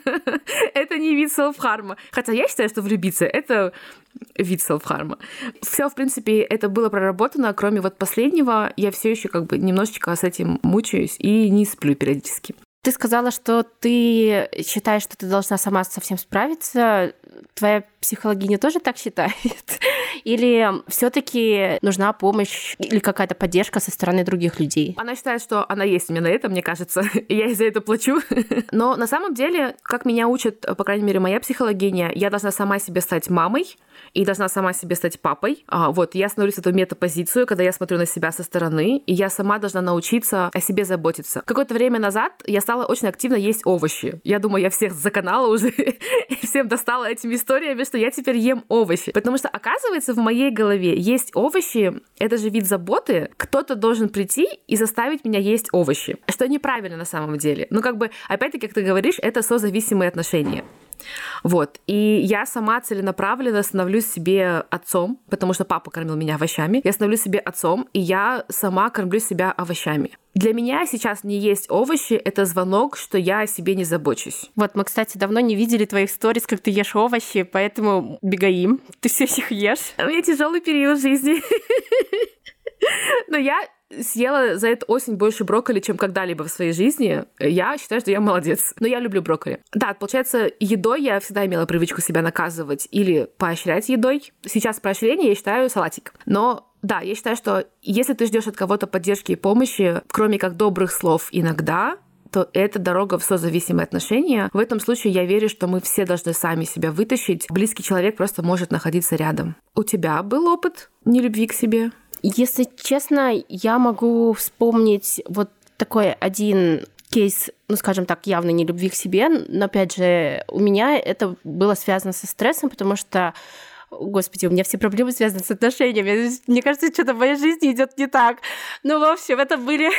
Speaker 3: Это не вид селф-харма. Хотя я считаю, что влюбиться — это вид селф-харма. Все, в принципе, это было проработано, кроме последнего. Я все еще немножечко с этим мучаюсь и не сплю периодически.
Speaker 1: Ты сказала, что ты считаешь, что ты должна сама со всем справиться. Твоя психологиня тоже так считает? Или все-таки нужна помощь или какая-то поддержка со стороны других людей?
Speaker 3: Она считает, что она есть именно это, мне кажется, и я ей за это плачу. Но на самом деле, как меня учит, по крайней мере, моя психологиня, я должна сама себе стать мамой и должна сама себе стать папой. Я становлюсь в эту метапозицию, когда я смотрю на себя со стороны, и я сама должна научиться о себе заботиться. Какое-то время назад я стала очень активно есть овощи. Я думаю, я всех заканала уже и всем достала этими историями, что я теперь ем овощи. Потому что, оказывается, в моей голове есть овощи — это же вид заботы. Кто-то должен прийти и заставить меня есть овощи. Что неправильно на самом деле. Опять-таки, как ты говоришь, это созависимые отношения. И я сама целенаправленно становлюсь себе отцом, потому что папа кормил меня овощами. Я становлюсь себе отцом, и я сама кормлю себя овощами. Для меня сейчас не есть овощи — это звонок, что я о себе не забочусь.
Speaker 1: Мы, кстати, давно не видели твоих сториз, как ты ешь овощи, поэтому бегаим, ты все их ешь.
Speaker 3: У меня тяжелый период жизни. Но я съела за эту осень больше брокколи, чем когда-либо в своей жизни. Я считаю, что я молодец. Но я люблю брокколи. Да, получается, едой я всегда имела привычку себя наказывать или поощрять едой. Сейчас поощрение я считаю салатик. Но да, я считаю, что если ты ждешь от кого-то поддержки и помощи, кроме как добрых слов иногда, то это дорога в созависимые отношения. В этом случае я верю, что мы все должны сами себя вытащить. Близкий человек просто может находиться рядом. У тебя был опыт нелюбви к себе?
Speaker 1: Если честно, я могу вспомнить такой один кейс, скажем так, явно не любви к себе, но, опять же, у меня это было связано со стрессом, потому что, господи, у меня все проблемы связаны с отношениями. Мне кажется, что-то в моей жизни идет не так. В общем, это были...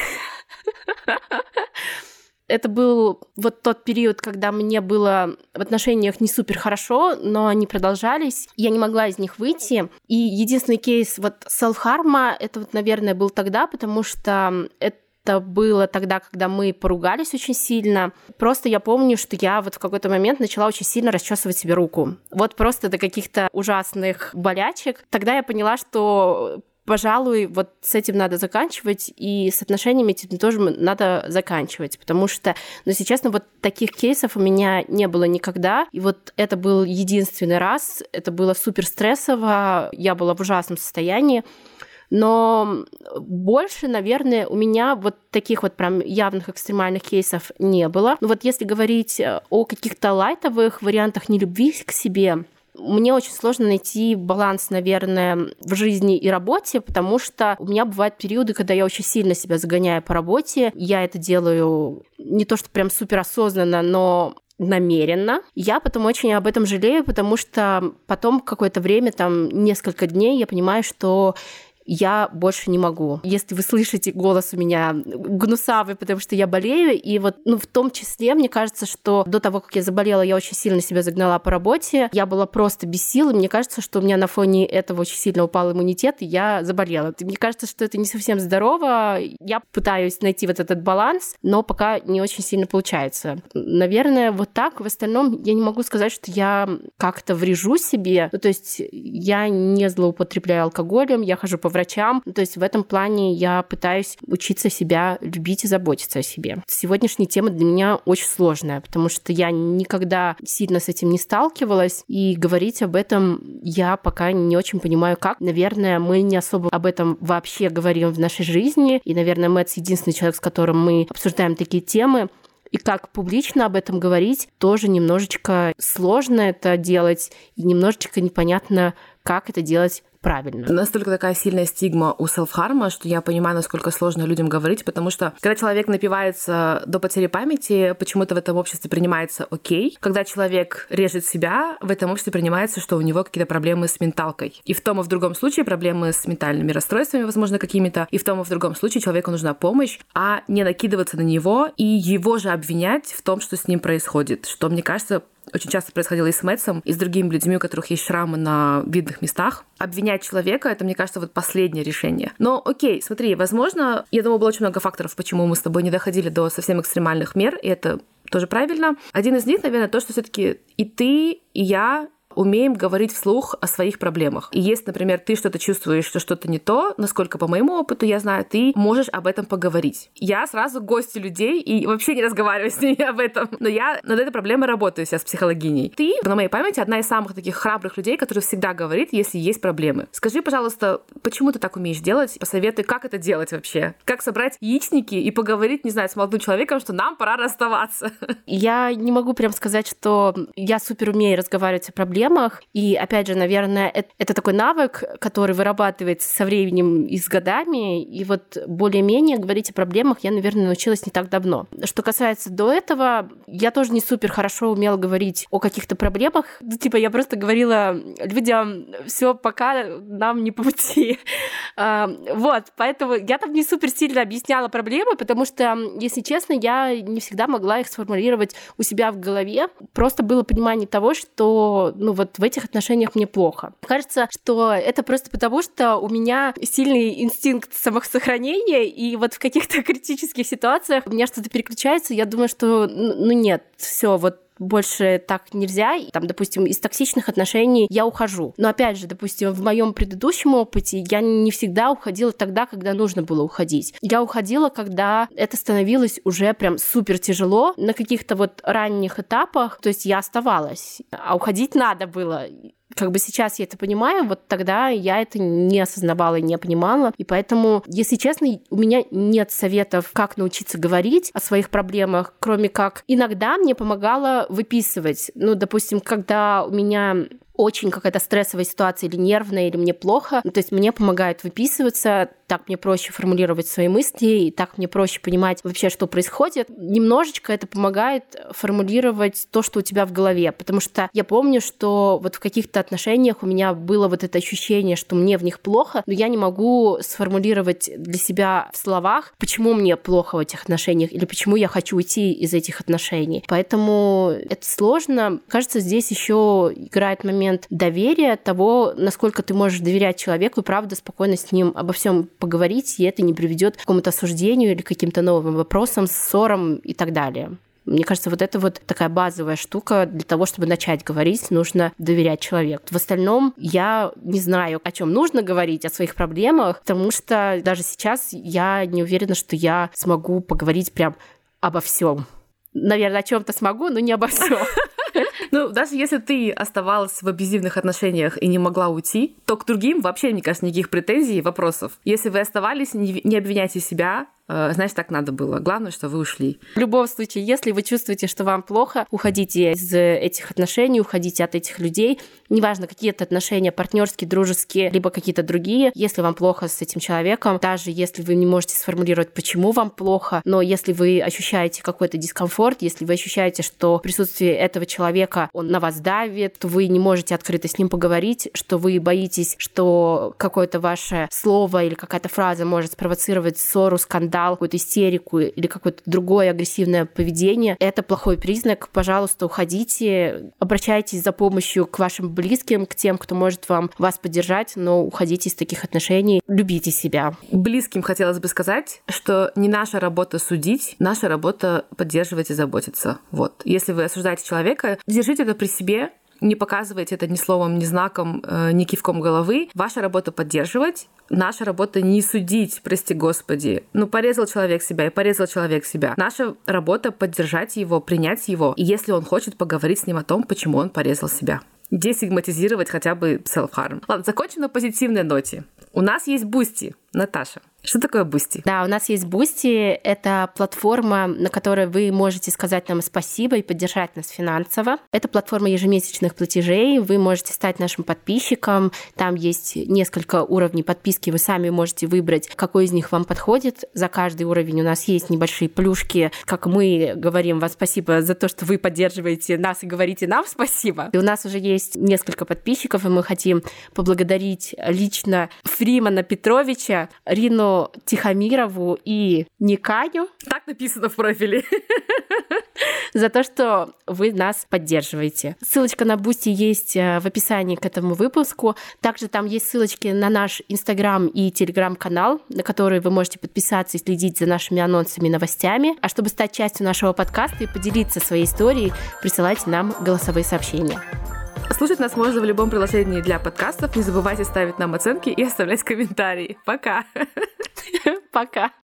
Speaker 1: Это был тот период, когда мне было в отношениях не супер хорошо, но они продолжались. Я не могла из них выйти. И единственный кейс селф-харма, это наверное, был тогда, потому что это было тогда, когда мы поругались очень сильно. Просто я помню, что я в какой-то момент начала очень сильно расчесывать себе руку. Просто до каких-то ужасных болячек. Тогда я поняла, что... Пожалуй, с этим надо заканчивать, и с отношениями этим тоже надо заканчивать, потому что, если честно, таких кейсов у меня не было никогда, и это был единственный раз, это было супер стрессово, я была в ужасном состоянии, но больше, наверное, у меня таких прям явных экстремальных кейсов не было. Но если говорить о каких-то лайтовых вариантах нелюбви к себе, мне очень сложно найти баланс, наверное, в жизни и работе, потому что у меня бывают периоды, когда я очень сильно себя загоняю по работе. Я это делаю не то, что прям суперосознанно, но намеренно. Я потом очень об этом жалею, потому что потом какое-то время, там несколько дней, я понимаю, что я больше не могу. Если вы слышите голос у меня гнусавый, потому что я болею, и вот, в том числе, мне кажется, что до того, как я заболела, я очень сильно себя загнала по работе, я была просто без сил, и мне кажется, что у меня на фоне этого очень сильно упал иммунитет, и я заболела. И мне кажется, что это не совсем здорово. Я пытаюсь найти вот этот баланс, но пока не очень сильно получается. Наверное, вот так. В остальном я не могу сказать, что я как-то врежу себе. То есть я не злоупотребляю алкоголем, я хожу по врачам. То есть в этом плане я пытаюсь учиться себя любить и заботиться о себе. Сегодняшняя тема для меня очень сложная, потому что я никогда сильно с этим не сталкивалась, и говорить об этом я пока не очень понимаю, как. Наверное, мы не особо об этом вообще говорим в нашей жизни, и, наверное, Мэтс единственный человек, с которым мы обсуждаем такие темы. И как публично об этом говорить, тоже немножечко сложно это делать, и немножечко непонятно, как это делать правильно.
Speaker 3: Настолько такая сильная стигма у селф-харма, что я понимаю, насколько сложно людям говорить, потому что когда человек напивается до потери памяти, почему-то в этом обществе принимается окей. Когда человек режет себя, в этом обществе принимается, что у него какие-то проблемы с менталкой. И в том и в другом случае проблемы с ментальными расстройствами, возможно, какими-то. И в том и в другом случае человеку нужна помощь, а не накидываться на него и его же обвинять в том, что с ним происходит. Что, мне кажется, очень часто происходило и с Мэтсом, и с другими людьми, у которых есть шрамы на видных местах. Обвинять человека — это, мне кажется, вот последнее решение. Но окей, смотри, возможно, я думаю, было очень много факторов, почему мы с тобой не доходили до совсем экстремальных мер, и это тоже правильно. Один из них, наверное, то, что все-таки и ты, и я умеем говорить вслух о своих проблемах. И если, например, ты что-то чувствуешь, что что-то не то, насколько по моему опыту я знаю, ты можешь об этом поговорить. Я сразу гостю людей и вообще не разговариваю с ними об этом. Но я над этой проблемой работаю сейчас с психологиней. Ты, на моей памяти, одна из самых таких храбрых людей, которые всегда говорит, если есть проблемы. Скажи, пожалуйста, почему ты так умеешь делать? Посоветуй, как это делать вообще? Как собрать яичники и поговорить, не знаю, с молодым человеком, что нам пора расставаться?
Speaker 1: Я не могу прям сказать, что я супер умею разговаривать о проблемах. И, опять же, наверное, это такой навык, который вырабатывается со временем и с годами. И вот более-менее говорить о проблемах я, наверное, научилась не так давно. Что касается до этого, я тоже не супер хорошо умела говорить о каких-то проблемах. Я просто говорила людям: все, пока нам не по пути. Вот, поэтому я там не супер сильно объясняла проблемы, потому что, если честно, я не всегда могла их сформулировать у себя в голове. Просто было понимание того, что вот в этих отношениях мне плохо. Кажется, что это просто потому, что у меня сильный инстинкт самосохранения, и вот в каких-то критических ситуациях у меня что-то переключается, я думаю, что нет, все, вот больше так нельзя. Там, допустим, из токсичных отношений я ухожу. Но опять же, допустим, в моем предыдущем опыте я не всегда уходила тогда, когда нужно было уходить. Я уходила, когда это становилось уже прям супер тяжело. На каких-то вот ранних этапах, то есть я оставалась, а уходить надо было. Сейчас я это понимаю, вот тогда я это не осознавала и не понимала. И поэтому, если честно, у меня нет советов, как научиться говорить о своих проблемах, кроме как иногда мне помогало выписывать. Допустим, когда у меня очень какая-то стрессовая ситуация или нервная, или мне плохо, то есть мне помогает выписываться, так мне проще формулировать свои мысли, и так мне проще понимать вообще, что происходит. Немножечко это помогает формулировать то, что у тебя в голове, потому что я помню, что вот в каких-то отношениях у меня было вот это ощущение, что мне в них плохо, но я не могу сформулировать для себя в словах, почему мне плохо в этих отношениях, или почему я хочу уйти из этих отношений. Поэтому это сложно. Кажется, здесь еще играет момент доверия, того, насколько ты можешь доверять человеку и правда спокойно с ним обо всем поговорить, и это не приведет к какому-то осуждению или к каким-то новым вопросам, ссорам и так далее. Мне кажется, вот это вот такая базовая штука. Для того, чтобы начать говорить, нужно доверять человеку. В остальном я не знаю, о чем нужно говорить, о своих проблемах, потому что даже сейчас я не уверена, что я смогу поговорить прям обо всем. Наверное, о чем-то смогу, но не обо всем.
Speaker 3: Даже если ты оставалась в абьюзивных отношениях и не могла уйти, то к другим вообще, мне кажется, никаких претензий и вопросов. Если вы оставались, не обвиняйте себя, значит, так надо было. Главное, что вы ушли.
Speaker 1: В любом случае, если вы чувствуете, что вам плохо, уходите из этих отношений, уходите от этих людей. Неважно, какие это отношения, партнерские, дружеские, либо какие-то другие. Если вам плохо с этим человеком, даже если вы не можете сформулировать, почему вам плохо, но если вы ощущаете какой-то дискомфорт, если вы ощущаете, что присутствие этого человека, он на вас давит, то вы не можете открыто с ним поговорить, что вы боитесь, что какое-то ваше слово или какая-то фраза может спровоцировать ссору, скандал, какую-то истерику или какое-то другое агрессивное поведение, это плохой признак. Пожалуйста, уходите, обращайтесь за помощью к вашим близким, к тем, кто может вас поддержать, но уходите из таких отношений, любите себя.
Speaker 3: Близким хотелось бы сказать, что не наша работа судить, наша работа поддерживать и заботиться. Вот. Если вы осуждаете человека, держите это при себе, не показывайте это ни словом, ни знаком, ни кивком головы. Ваша работа поддерживать, наша работа не судить, прости господи. Порезал человек себя и порезал человек себя. Наша работа поддержать его, принять его, и если он хочет, поговорить с ним о том, почему он порезал себя. Десигматизировать хотя бы self-harm. Ладно, закончим на позитивной ноте. У нас есть Boosty. Наташа, что такое Boosty?
Speaker 1: Да, у нас есть Boosty. Это платформа, на которой вы можете сказать нам спасибо и поддержать нас финансово. Это платформа ежемесячных платежей. Вы можете стать нашим подписчиком. Там есть несколько уровней подписки. Вы сами можете выбрать, какой из них вам подходит. За каждый уровень у нас есть небольшие плюшки. Как мы говорим вам спасибо за то, что вы поддерживаете нас и говорите нам спасибо. И у нас уже есть несколько подписчиков, и мы хотим поблагодарить лично Фримана Петровича, Рину Тихомирову и Никаню.
Speaker 3: Так написано в профиле.
Speaker 1: За то, что вы нас поддерживаете. Ссылочка на Boosty есть в описании к этому выпуску. Также там есть ссылочки на наш Инстаграм и Телеграм-канал, на которые вы можете подписаться и следить за нашими анонсами и новостями. А чтобы стать частью нашего подкаста и поделиться своей историей, присылайте нам голосовые сообщения.
Speaker 3: Слушать нас можно в любом приложении для подкастов. Не забывайте ставить нам оценки и оставлять комментарии. Пока!
Speaker 1: Пока!